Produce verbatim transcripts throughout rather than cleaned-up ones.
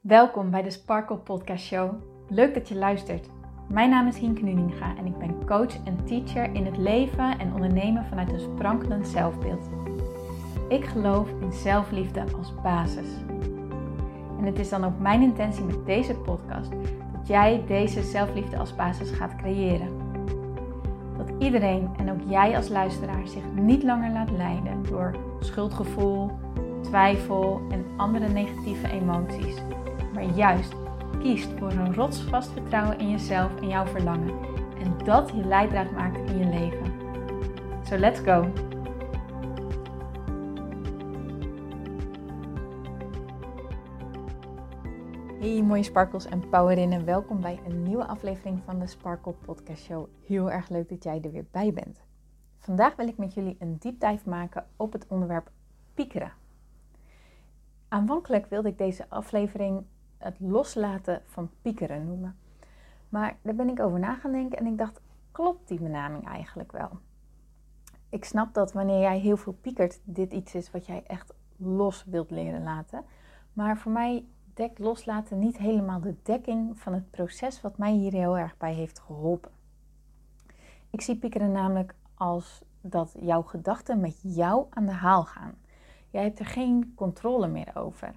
Welkom bij de Sparkle Podcast Show. Leuk dat je luistert. Mijn naam is Hienke Nuninga en ik ben coach en teacher in het leven en ondernemen vanuit een sprankelend zelfbeeld. Ik geloof in zelfliefde als basis. En het is dan ook mijn intentie met deze podcast dat jij deze zelfliefde als basis gaat creëren. Dat iedereen en ook jij als luisteraar zich niet langer laat leiden door schuldgevoel, twijfel en andere negatieve emoties. Maar juist kiest voor een rotsvast vertrouwen in jezelf en jouw verlangen. En dat je leidraad maakt in je leven. So let's go! Hey mooie sparkles en powerinnen. Welkom bij een nieuwe aflevering van de Sparkle Podcast Show. Heel erg leuk dat jij er weer bij bent. Vandaag wil ik met jullie een deep dive maken op het onderwerp piekeren. Aanvankelijk wilde ik deze aflevering het loslaten van piekeren noemen. Maar daar ben ik over na gaan denken en ik dacht, klopt die benaming eigenlijk wel? Ik snap dat wanneer jij heel veel piekert, dit iets is wat jij echt los wilt leren laten. Maar voor mij dekt loslaten niet helemaal de dekking van het proces wat mij hier heel erg bij heeft geholpen. Ik zie piekeren namelijk als dat jouw gedachten met jou aan de haal gaan. Jij hebt er geen controle meer over.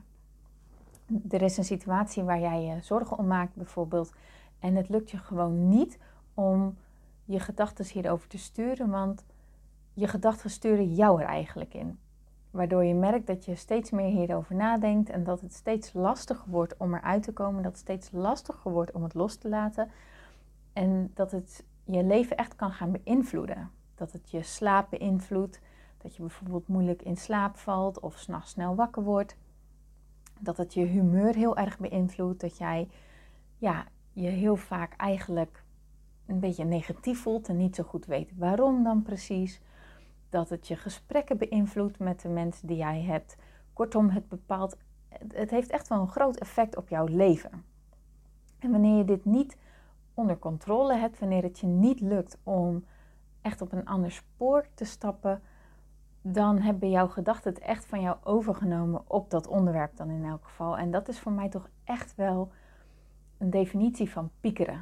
Er is een situatie waar jij je zorgen om maakt bijvoorbeeld en het lukt je gewoon niet om je gedachten hierover te sturen, want je gedachten sturen jou er eigenlijk in. Waardoor je merkt dat je steeds meer hierover nadenkt en dat het steeds lastiger wordt om eruit te komen, dat het steeds lastiger wordt om het los te laten en dat het je leven echt kan gaan beïnvloeden. Dat het je slaap beïnvloedt, dat je bijvoorbeeld moeilijk in slaap valt of 's nachts snel wakker wordt. Dat het je humeur heel erg beïnvloedt, dat jij ja, je heel vaak eigenlijk een beetje negatief voelt en niet zo goed weet waarom dan precies. Dat het je gesprekken beïnvloedt met de mensen die jij hebt. Kortom, het bepaalt, het heeft echt wel een groot effect op jouw leven. En wanneer je dit niet onder controle hebt, wanneer het je niet lukt om echt op een ander spoor te stappen, dan hebben jouw gedachten het echt van jou overgenomen op dat onderwerp dan in elk geval. En dat is voor mij toch echt wel een definitie van piekeren.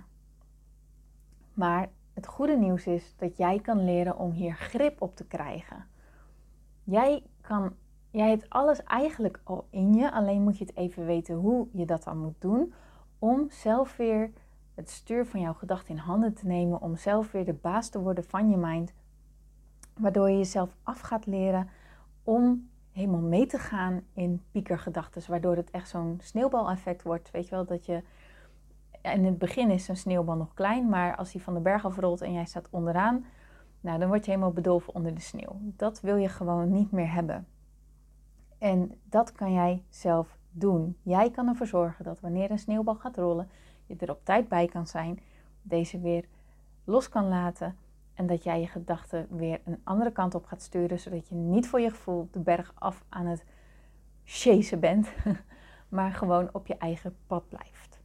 Maar het goede nieuws is dat jij kan leren om hier grip op te krijgen. Jij, kan, jij hebt alles eigenlijk al in je, alleen moet je het even weten hoe je dat dan moet doen. Om zelf weer het stuur van jouw gedachten in handen te nemen, om zelf weer de baas te worden van je mind. Waardoor je jezelf af gaat leren om helemaal mee te gaan in piekergedachten. Waardoor het echt zo'n sneeuwbaleffect wordt. Weet je wel, dat je... In het begin is een sneeuwbal nog klein, maar als die van de berg afrolt en jij staat onderaan, nou, dan word je helemaal bedolven onder de sneeuw. Dat wil je gewoon niet meer hebben. En dat kan jij zelf doen. Jij kan ervoor zorgen dat wanneer een sneeuwbal gaat rollen, je er op tijd bij kan zijn, deze weer los kan laten en dat jij je gedachten weer een andere kant op gaat sturen, zodat je niet voor je gevoel de berg af aan het chasen bent, maar gewoon op je eigen pad blijft.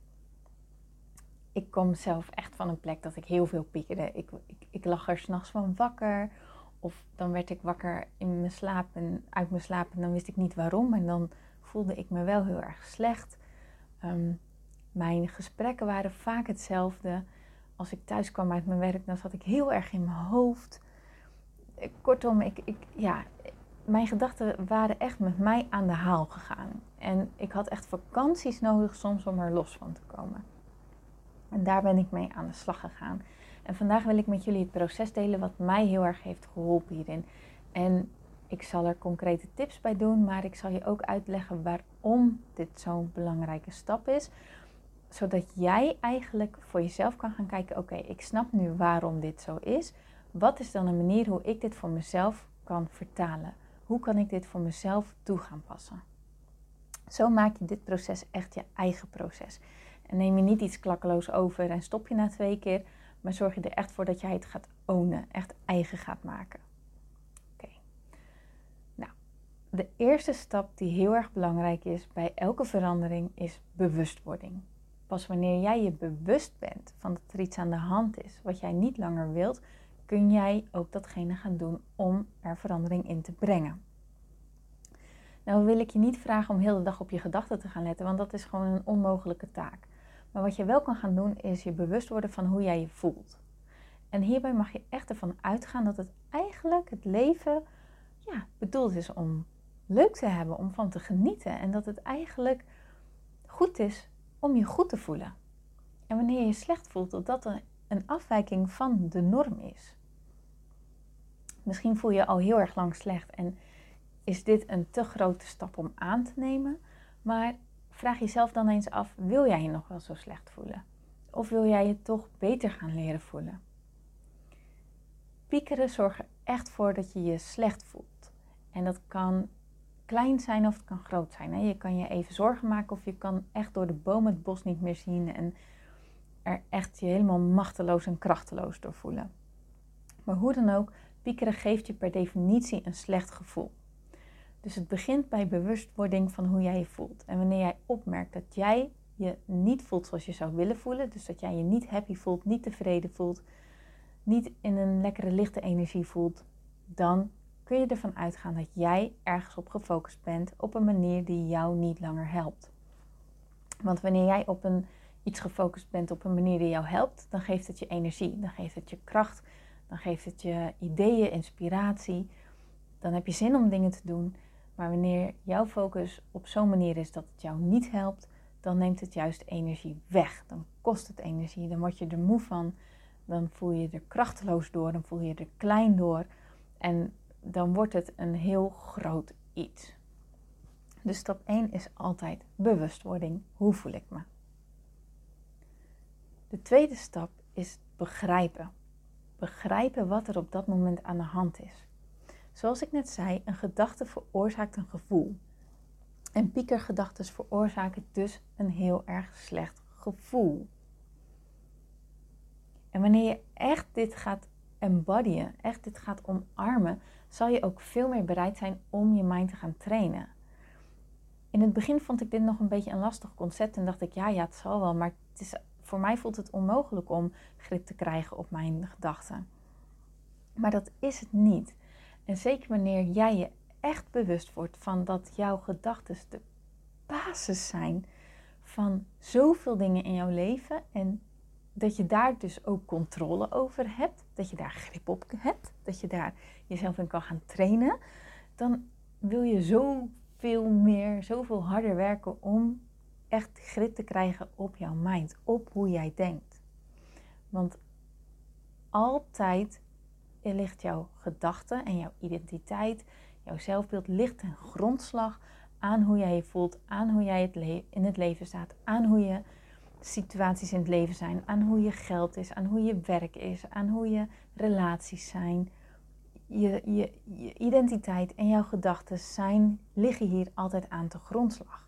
Ik kom zelf echt van een plek dat ik heel veel piekerde. Ik, ik, ik lag er 's nachts van wakker. Of dan werd ik wakker in mijn slaap en uit mijn slaap en dan wist ik niet waarom. En dan voelde ik me wel heel erg slecht. Um, mijn gesprekken waren vaak hetzelfde. Als ik thuis kwam uit mijn werk, dan zat ik heel erg in mijn hoofd. Kortom, ik, ik, ja, mijn gedachten waren echt met mij aan de haal gegaan. En ik had echt vakanties nodig soms om er los van te komen. En daar ben ik mee aan de slag gegaan. En vandaag wil ik met jullie het proces delen wat mij heel erg heeft geholpen hierin. En ik zal er concrete tips bij doen, maar ik zal je ook uitleggen waarom dit zo'n belangrijke stap is. Zodat jij eigenlijk voor jezelf kan gaan kijken, oké, okay, ik snap nu waarom dit zo is. Wat is dan een manier hoe ik dit voor mezelf kan vertalen? Hoe kan ik dit voor mezelf toe gaan passen? Zo maak je dit proces echt je eigen proces. En neem je niet iets klakkeloos over en stop je na twee keer, maar zorg je er echt voor dat jij het gaat ownen, echt eigen gaat maken. Oké. Okay. Nou, de eerste stap die heel erg belangrijk is bij elke verandering is bewustwording. Pas wanneer jij je bewust bent van dat er iets aan de hand is wat jij niet langer wilt, kun jij ook datgene gaan doen om er verandering in te brengen. Nou wil ik je niet vragen om heel de dag op je gedachten te gaan letten, want dat is gewoon een onmogelijke taak. Maar wat je wel kan gaan doen, is je bewust worden van hoe jij je voelt. En hierbij mag je echt ervan uitgaan dat het eigenlijk het leven ja, bedoeld is om leuk te hebben, om van te genieten. En dat het eigenlijk goed is om je goed te voelen. En wanneer je je slecht voelt, dat dat een, een afwijking van de norm is. Misschien voel je je al heel erg lang slecht en is dit een te grote stap om aan te nemen. Maar vraag jezelf dan eens af, wil jij je nog wel zo slecht voelen? Of wil jij je toch beter gaan leren voelen? Piekeren zorgt er echt voor dat je je slecht voelt. En dat kan klein zijn of het kan groot zijn. Hè? Je kan je even zorgen maken of je kan echt door de boom het bos niet meer zien. En er echt je helemaal machteloos en krachteloos door voelen. Maar hoe dan ook, piekeren geeft je per definitie een slecht gevoel. Dus het begint bij bewustwording van hoe jij je voelt. En wanneer jij opmerkt dat jij je niet voelt zoals je zou willen voelen, dus dat jij je niet happy voelt, niet tevreden voelt, niet in een lekkere lichte energie voelt, dan kun je ervan uitgaan dat jij ergens op gefocust bent op een manier die jou niet langer helpt. Want wanneer jij op een, iets gefocust bent op een manier die jou helpt, dan geeft het je energie, dan geeft het je kracht, dan geeft het je ideeën, inspiratie, dan heb je zin om dingen te doen. Maar wanneer jouw focus op zo'n manier is dat het jou niet helpt, dan neemt het juist energie weg. Dan kost het energie, dan word je er moe van, dan voel je je er krachteloos door, dan voel je je er klein door en dan wordt het een heel groot iets. Dus stap één is altijd bewustwording. Hoe voel ik me? De tweede stap is begrijpen. Begrijpen wat er op dat moment aan de hand is. Zoals ik net zei, een gedachte veroorzaakt een gevoel. En piekergedachten veroorzaken dus een heel erg slecht gevoel. En wanneer je echt dit gaat embodyen, echt dit gaat omarmen, zal je ook veel meer bereid zijn om je mind te gaan trainen. In het begin vond ik dit nog een beetje een lastig concept en dacht ik, ja, ja, het zal wel, maar het is, voor mij voelt het onmogelijk om grip te krijgen op mijn gedachten. Maar dat is het niet. En zeker wanneer jij je echt bewust wordt van dat jouw gedachten de basis zijn van zoveel dingen in jouw leven en dat je daar dus ook controle over hebt, dat je daar grip op hebt, dat je daar jezelf in kan gaan trainen, dan wil je zoveel meer, zoveel harder werken om echt grip te krijgen op jouw mind, op hoe jij denkt. Want altijd ligt jouw gedachte en jouw identiteit, jouw zelfbeeld ligt ten grondslag aan hoe jij je voelt, aan hoe jij het le- in het leven staat, aan hoe je situaties in het leven zijn, aan hoe je geld is, aan hoe je werk is, aan hoe je relaties zijn. Je, je, je identiteit en jouw gedachten zijn, liggen hier altijd aan ten grondslag.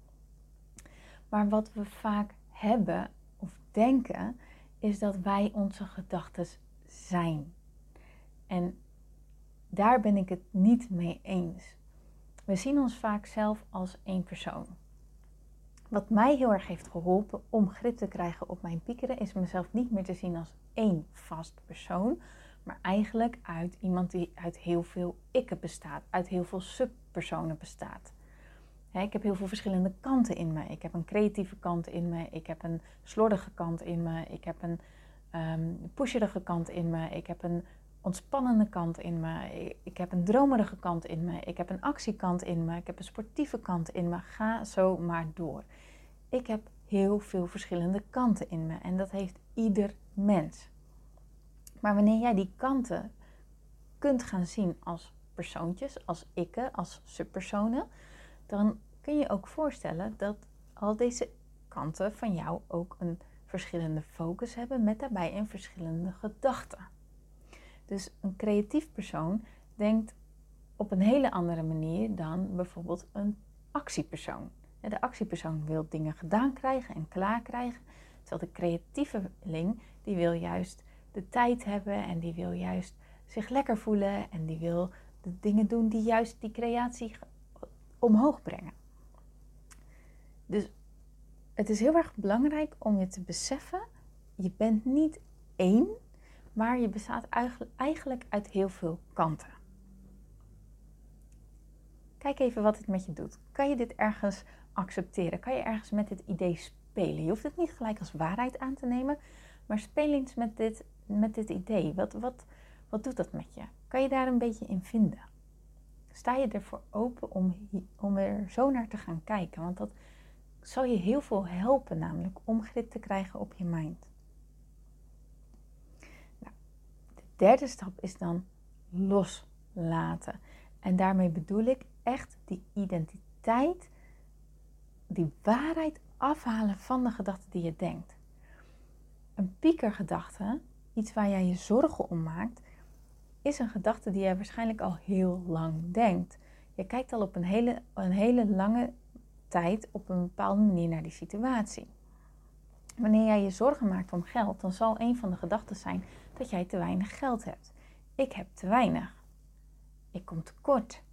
Maar wat we vaak hebben of denken, is dat wij onze gedachten zijn. En daar ben ik het niet mee eens. We zien ons vaak zelf als één persoon. Wat mij heel erg heeft geholpen om grip te krijgen op mijn piekeren, is mezelf niet meer te zien als één vast persoon, maar eigenlijk uit iemand die uit heel veel ikken bestaat, uit heel veel subpersonen bestaat. He, ik heb heel veel verschillende kanten in me. Ik heb een creatieve kant in me, ik heb een slordige kant in me, ik heb een um, pusherige kant in me, ik heb een ontspannende kant in me, ik, ik heb een dromerige kant in me, ik heb een actiekant in me, ik heb een sportieve kant in me. Ga zo maar door. Ik heb heel veel verschillende kanten in me en dat heeft ieder mens. Maar wanneer jij die kanten kunt gaan zien als persoontjes, als ikken, als subpersonen, dan kun je ook voorstellen dat al deze kanten van jou ook een verschillende focus hebben met daarbij een verschillende gedachten. Dus een creatief persoon denkt op een hele andere manier dan bijvoorbeeld een actiepersoon. De actiepersoon wil dingen gedaan krijgen en klaar krijgen, terwijl de creatieveling die wil juist de tijd hebben en die wil juist zich lekker voelen en die wil de dingen doen die juist die creatie omhoog brengen. Dus het is heel erg belangrijk om je te beseffen, je bent niet één, maar je bestaat eigenlijk uit heel veel kanten. Kijk even wat het met je doet. Kan je dit ergens accepteren? Kan je ergens met dit idee spelen? Je hoeft het niet gelijk als waarheid aan te nemen, maar speel eens met dit, met dit idee. Wat, wat, wat doet dat met je? Kan je daar een beetje in vinden? Sta je ervoor open om, om er zo naar te gaan kijken? Want dat zal je heel veel helpen, namelijk om grip te krijgen op je mind. Nou, de derde stap is dan loslaten. En daarmee bedoel ik echt die identiteit, die waarheid afhalen van de gedachten die je denkt. Een piekergedachte, iets waar jij je zorgen om maakt, is een gedachte die jij waarschijnlijk al heel lang denkt. Je kijkt al op een hele, een hele lange tijd op een bepaalde manier naar die situatie. Wanneer jij je zorgen maakt om geld, dan zal een van de gedachten zijn dat jij te weinig geld hebt. Ik heb te weinig. Ik kom tekort.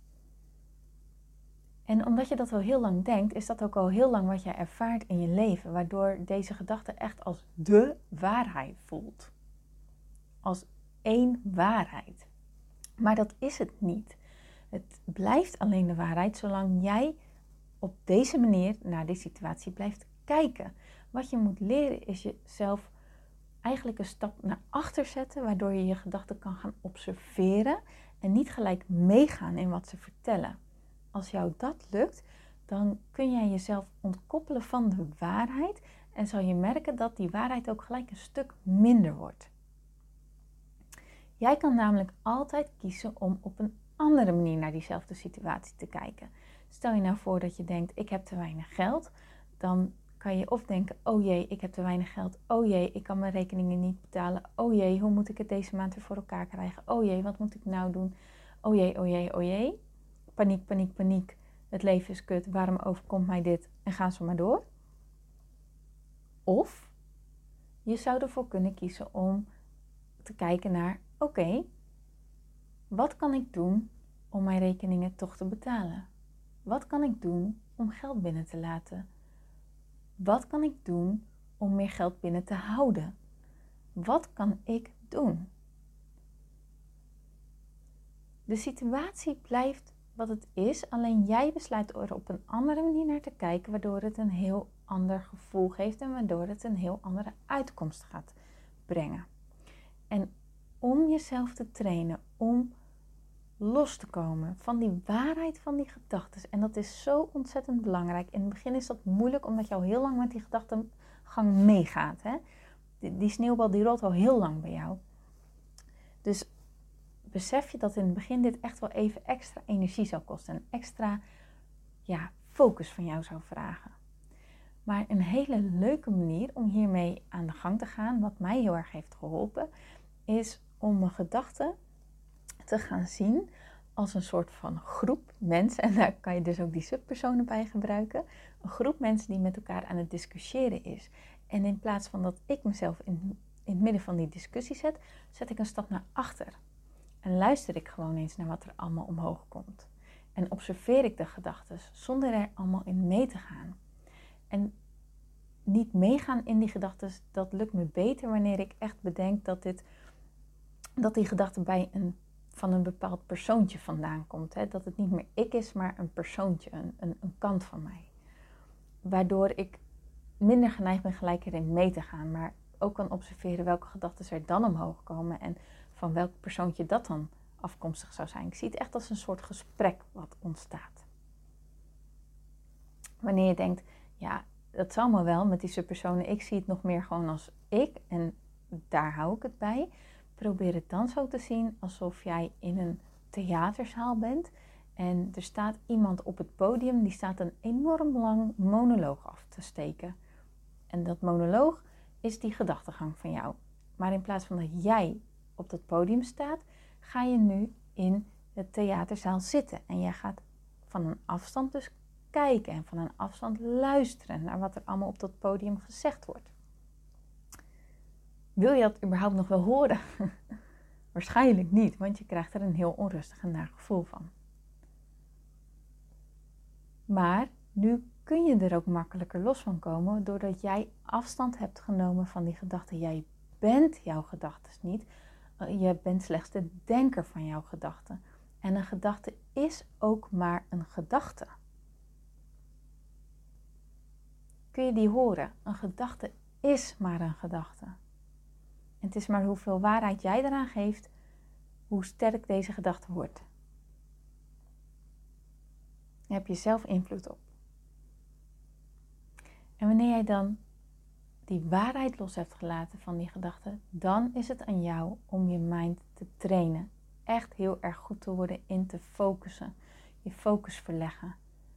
En omdat je dat al heel lang denkt, is dat ook al heel lang wat jij ervaart in je leven, waardoor deze gedachte echt als de waarheid voelt. Als één waarheid. Maar dat is het niet. Het blijft alleen de waarheid zolang jij op deze manier naar die situatie blijft kijken. Wat je moet leren is jezelf eigenlijk een stap naar achter zetten, waardoor je je gedachten kan gaan observeren en niet gelijk meegaan in wat ze vertellen. Als jou dat lukt, dan kun jij jezelf ontkoppelen van de waarheid en zal je merken dat die waarheid ook gelijk een stuk minder wordt. Jij kan namelijk altijd kiezen om op een andere manier naar diezelfde situatie te kijken. Stel je nou voor dat je denkt, ik heb te weinig geld. Dan kan je of denken, oh jee, ik heb te weinig geld. Oh jee, ik kan mijn rekeningen niet betalen. Oh jee, hoe moet ik het deze maand weer voor elkaar krijgen? Oh jee, wat moet ik nou doen? Oh jee, oh jee, oh jee. Paniek, paniek, paniek. Het leven is kut. Waarom overkomt mij dit? En gaan ze maar door. Of je zou ervoor kunnen kiezen om te kijken naar, oké, okay, wat kan ik doen om mijn rekeningen toch te betalen? Wat kan ik doen om geld binnen te laten? Wat kan ik doen om meer geld binnen te houden? Wat kan ik doen? De situatie blijft wat het is, alleen jij besluit er op een andere manier naar te kijken, waardoor het een heel ander gevoel geeft en waardoor het een heel andere uitkomst gaat brengen. En om jezelf te trainen, om los te komen van die waarheid van die gedachten. En dat is zo ontzettend belangrijk. In het begin is dat moeilijk, omdat je al heel lang met die gedachtengang meegaat. Hè? Die, die sneeuwbal die rolt al heel lang bij jou. Dus besef je dat in het begin dit echt wel even extra energie zou kosten. En extra ja, focus van jou zou vragen. Maar een hele leuke manier om hiermee aan de gang te gaan, wat mij heel erg heeft geholpen, is om mijn gedachten te gaan zien als een soort van groep mensen. En daar kan je dus ook die subpersonen bij gebruiken. Een groep mensen die met elkaar aan het discussiëren is. En in plaats van dat ik mezelf in, in het midden van die discussie zet, zet ik een stap naar achter. En luister ik gewoon eens naar wat er allemaal omhoog komt. En observeer ik de gedachten zonder er allemaal in mee te gaan. En niet meegaan in die gedachten, dat lukt me beter wanneer ik echt bedenk dat, dit, dat die gedachte bij een, van een bepaald persoontje vandaan komt. Hè? Dat het niet meer ik is, maar een persoontje, een, een, een kant van mij. Waardoor ik minder geneigd ben gelijk erin mee te gaan, maar ook kan observeren welke gedachten er dan omhoog komen en van welk persoontje dat dan afkomstig zou zijn. Ik zie het echt als een soort gesprek wat ontstaat. Wanneer je denkt, ja, dat zal me wel met die subpersonen, ik zie het nog meer gewoon als ik en daar hou ik het bij. Probeer het dan zo te zien alsof jij in een theaterzaal bent en er staat iemand op het podium die staat een enorm lang monoloog af te steken. En dat monoloog is die gedachtegang van jou. Maar in plaats van dat jij op dat podium staat, ga je nu in de theaterzaal zitten. En jij gaat van een afstand dus kijken en van een afstand luisteren naar wat er allemaal op dat podium gezegd wordt. Wil je dat überhaupt nog wel horen? Waarschijnlijk niet, want je krijgt er een heel onrustig en naar gevoel van. Maar nu kun je er ook makkelijker los van komen doordat jij afstand hebt genomen van die gedachten. Jij bent jouw gedachten niet. Je bent slechts de denker van jouw gedachten. En een gedachte is ook maar een gedachte. Kun je die horen? Een gedachte is maar een gedachte. En het is maar hoeveel waarheid jij eraan geeft, hoe sterk deze gedachte wordt. Daar heb je zelf invloed op. En wanneer jij dan die waarheid los hebt gelaten van die gedachte, dan is het aan jou om je mind te trainen. Echt heel erg goed te worden in te focussen. Je focus verleggen.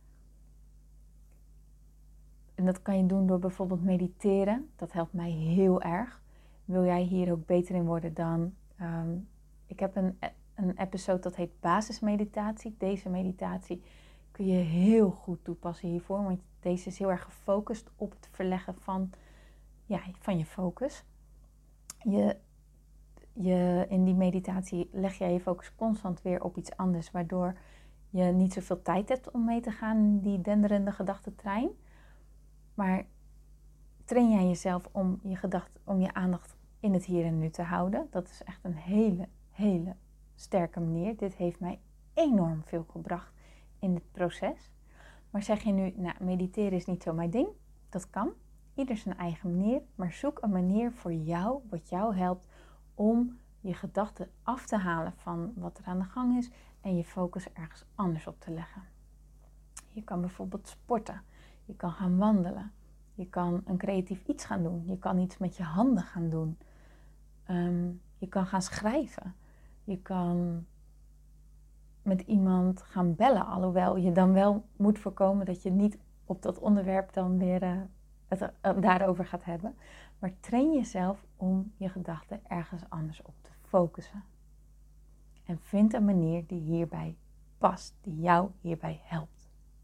En dat kan je doen door bijvoorbeeld mediteren. Dat helpt mij heel erg. Wil jij hier ook beter in worden dan... Um, ik heb een, een episode dat heet basismeditatie. Deze meditatie kun je heel goed toepassen hiervoor. Want deze is heel erg gefocust op het verleggen van, ja, van je focus. Je, je, in die meditatie leg jij je focus constant weer op iets anders. Waardoor je niet zoveel tijd hebt om mee te gaan in die denderende gedachtentrein. Maar train jij jezelf om je, gedacht, om je aandacht in het hier en nu te houden. Dat is echt een hele, hele sterke manier. Dit heeft mij enorm veel gebracht in het proces. Maar zeg je nu, nou, mediteren is niet zo mijn ding. Dat kan. Ieder zijn eigen manier. Maar zoek een manier voor jou, wat jou helpt om je gedachten af te halen van wat er aan de gang is. En je focus ergens anders op te leggen. Je kan bijvoorbeeld sporten. Je kan gaan wandelen. Je kan een creatief iets gaan doen. Je kan iets met je handen gaan doen. Um, je kan gaan schrijven. Je kan met iemand gaan bellen. Alhoewel je dan wel moet voorkomen dat je niet op dat onderwerp dan weer uh, het uh, daarover gaat hebben. Maar train jezelf om je gedachten ergens anders op te focussen. En vind een manier die hierbij past. Die jou hierbij helpt.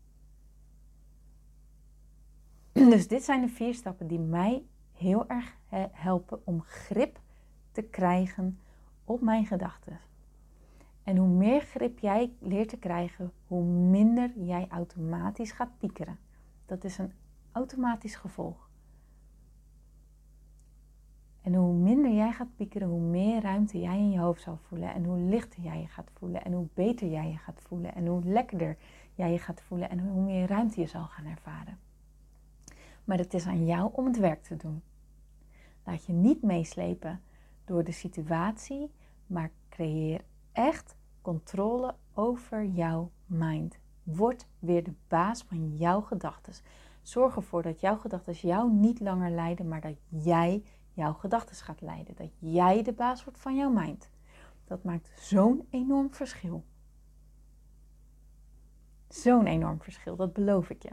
Dus dit zijn de vier stappen die mij heel erg helpen om grip te krijgen op mijn gedachten. En hoe meer grip jij leert te krijgen, hoe minder jij automatisch gaat piekeren. Dat is een automatisch gevolg. En hoe minder jij gaat piekeren, hoe meer ruimte jij in je hoofd zal voelen. En hoe lichter jij je gaat voelen. En hoe beter jij je gaat voelen. En hoe lekkerder jij je gaat voelen. En hoe meer ruimte je zal gaan ervaren. Maar het is aan jou om het werk te doen. Laat je niet meeslepen door de situatie, maar creëer echt controle over jouw mind. Word weer de baas van jouw gedachten. Zorg ervoor dat jouw gedachten jou niet langer leiden, maar dat jij jouw gedachten gaat leiden. Dat jij de baas wordt van jouw mind. Dat maakt zo'n enorm verschil. Zo'n enorm verschil, dat beloof ik je.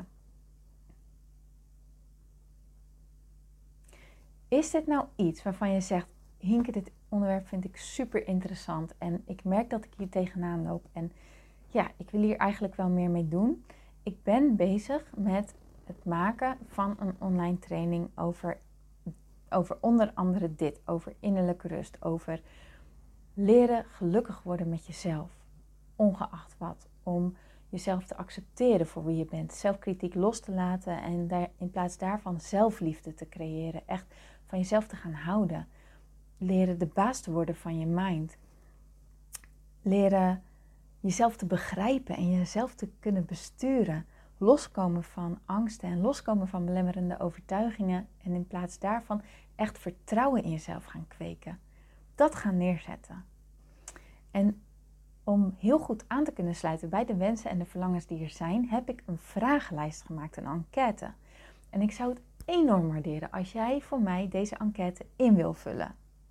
Is dit nou iets waarvan je zegt, Hienke, dit onderwerp vind ik super interessant en ik merk dat ik hier tegenaan loop en ja, ik wil hier eigenlijk wel meer mee doen. Ik ben bezig met het maken van een online training over, over onder andere dit, over innerlijke rust, over leren gelukkig worden met jezelf, ongeacht wat, om jezelf te accepteren voor wie je bent, zelfkritiek los te laten en daar, in plaats daarvan zelfliefde te creëren, echt van jezelf te gaan houden. Leren de baas te worden van je mind. Leren jezelf te begrijpen en jezelf te kunnen besturen. Loskomen van angsten en loskomen van belemmerende overtuigingen. En in plaats daarvan echt vertrouwen in jezelf gaan kweken. Dat gaan neerzetten. En om heel goed aan te kunnen sluiten bij de wensen en de verlangens die er zijn, heb ik een vragenlijst gemaakt, een enquête. En ik zou het enorm waarderen als jij voor mij deze enquête in wil vullen.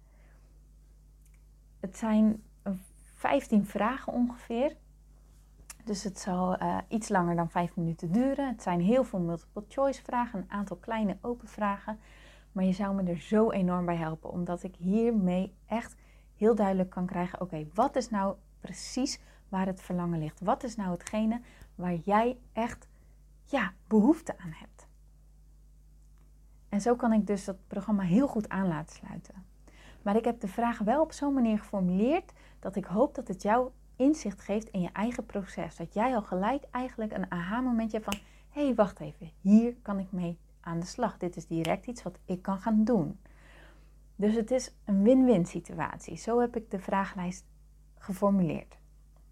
Het zijn vijftien vragen ongeveer. Dus het zal uh, iets langer dan vijf minuten duren. Het zijn heel veel multiple choice vragen, een aantal kleine open vragen. Maar je zou me er zo enorm bij helpen, omdat ik hiermee echt heel duidelijk kan krijgen, oké, okay, wat is nou precies waar het verlangen ligt? Wat is nou hetgene waar jij echt ja, behoefte aan hebt? En zo kan ik dus dat programma heel goed aan laten sluiten. Maar ik heb de vragen wel op zo'n manier geformuleerd dat ik hoop dat het jou inzicht geeft in je eigen proces. Dat jij al gelijk eigenlijk een aha-momentje hebt van, hé, hey, wacht even, hier kan ik mee aan de slag. Dit is direct iets wat ik kan gaan doen. Dus het is een win-win situatie. Zo heb ik de vragenlijst geformuleerd.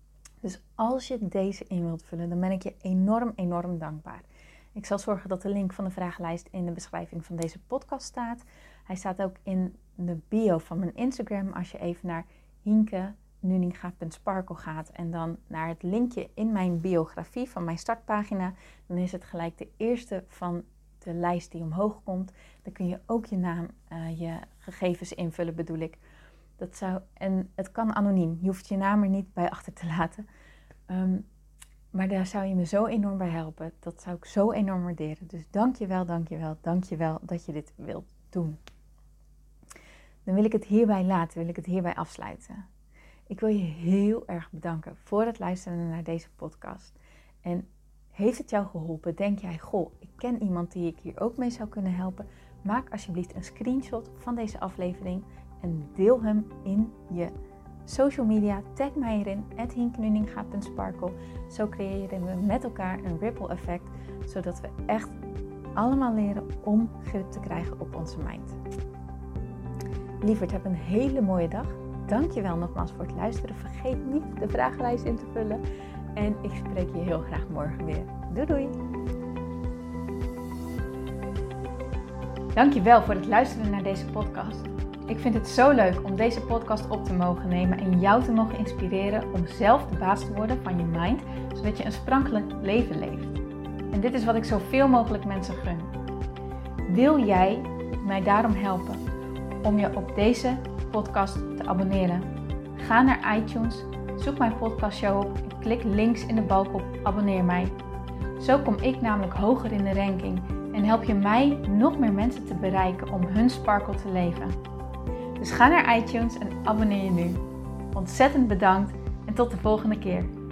Dus als je deze in wilt vullen, dan ben ik je enorm, enorm dankbaar. Ik zal zorgen dat de link van de vragenlijst in de beschrijving van deze podcast staat. Hij staat ook in de bio van mijn Instagram. Als je even naar hinke nuninga punt sparkle gaat en dan naar het linkje in mijn biografie van mijn startpagina, dan is het gelijk de eerste van de lijst die omhoog komt. Dan kun je ook je naam, uh, je gegevens invullen, bedoel ik. Dat zou, en het kan anoniem. Je hoeft je naam er niet bij achter te laten. Um, maar daar zou je me zo enorm bij helpen. Dat zou ik zo enorm waarderen. Dus dank je wel, dank je wel, dank je wel dat je dit wilt doen. Dan wil ik het hierbij laten, wil ik het hierbij afsluiten. Ik wil je heel erg bedanken voor het luisteren naar deze podcast. En heeft het jou geholpen? Denk jij, goh, ik ken iemand die ik hier ook mee zou kunnen helpen? Maak alsjeblieft een screenshot van deze aflevering en deel hem in je social media. Tag mij erin, at hinke nuninga punt sparkle. Zo creëren we met elkaar een ripple effect, zodat we echt allemaal leren om grip te krijgen op onze mind. Lieverd, heb een hele mooie dag. Dank je wel nogmaals voor het luisteren. Vergeet niet de vragenlijst in te vullen. En ik spreek je heel graag morgen weer. Doei doei! Dank je wel voor het luisteren naar deze podcast. Ik vind het zo leuk om deze podcast op te mogen nemen en jou te mogen inspireren om zelf de baas te worden van je mind, zodat je een sprankelijk leven leeft. En dit is wat ik zoveel mogelijk mensen gun. Wil jij mij daarom helpen om je op deze podcast te abonneren? Ga naar iTunes, zoek mijn podcastshow op en klik links in de balk op abonneer mij. Zo kom ik namelijk hoger in de ranking en help je mij nog meer mensen te bereiken om hun sparkle te leven. Dus ga naar iTunes en abonneer je nu. Ontzettend bedankt en tot de volgende keer.